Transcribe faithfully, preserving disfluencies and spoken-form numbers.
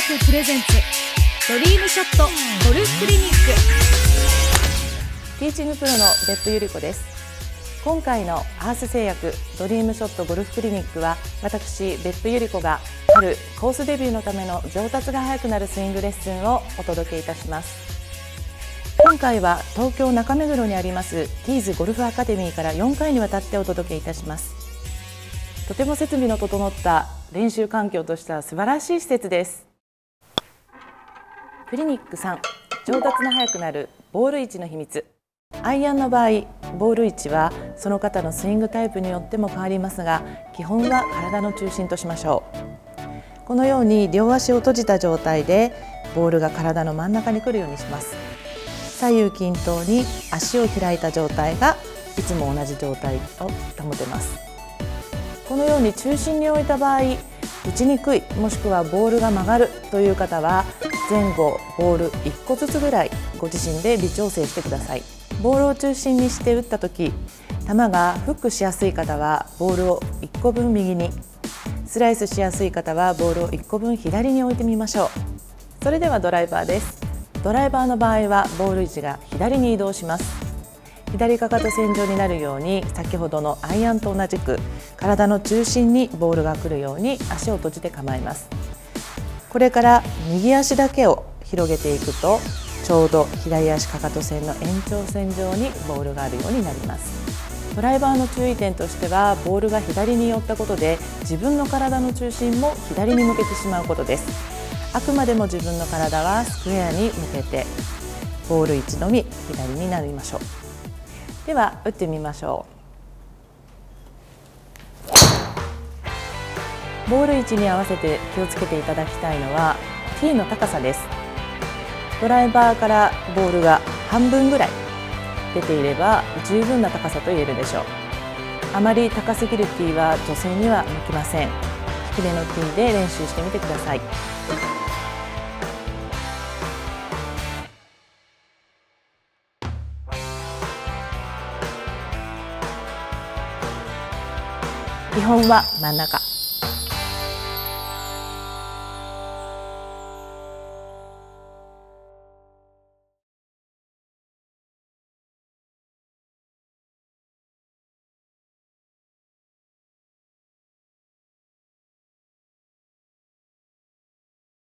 フプレゼンツドリームショットゴルフクリニック。 ティーチングプロの別府由里子です。今回のアース製薬ドリームショットゴルフクリニックは、私別府由里子が春コースデビューのための上達が早くなるスイングレッスンをお届けいたします。今回は東京中目黒にありますティーズゴルフアカデミーからよんかいにわたってお届けいたします。とても設備の整った練習環境としては素晴らしい施設です。クリニックさん、上達の早くなるボール位置の秘密。アイアンの場合、ボール位置はその方のスイングタイプによっても変わりますが、基本は体の中心としましょう。このように両足を閉じた状態でボールが体の真ん中に来るようにします。左右均等に足を開いた状態がいつも同じ状態を保てます。このように中心に置いた場合、打ちにくい、もしくはボールが曲がるという方は、前後ボールいっこずつぐらいご自身で微調整してください。ボールを中心にして打った時、球がフックしやすい方はボールをいっこぶん右に、スライスしやすい方はボールをいっこぶん左に置いてみましょう。それではドライバーです。ドライバーの場合はボール位置が左に移動します。左かかと線上になるように、先ほどのアイアンと同じく体の中心にボールが来るように足を閉じて構えます。これから右足だけを広げていくと、ちょうど左足かかと線の延長線上にボールがあるようになります。ドライバーの注意点としては、ボールが左に寄ったことで自分の体の中心も左に向けてしまうことです。あくまでも自分の体はスクエアに向けて、ボール位置のみ左になりましょう。では打ってみましょう。ボール位置に合わせて気をつけていただきたいのはティーの高さです。ドライバーからボールが半分ぐらい出ていれば十分な高さと言えるでしょう。あまり高すぎるティーは女性には向きません。低めのティーで練習してみてください。基本は真ん中。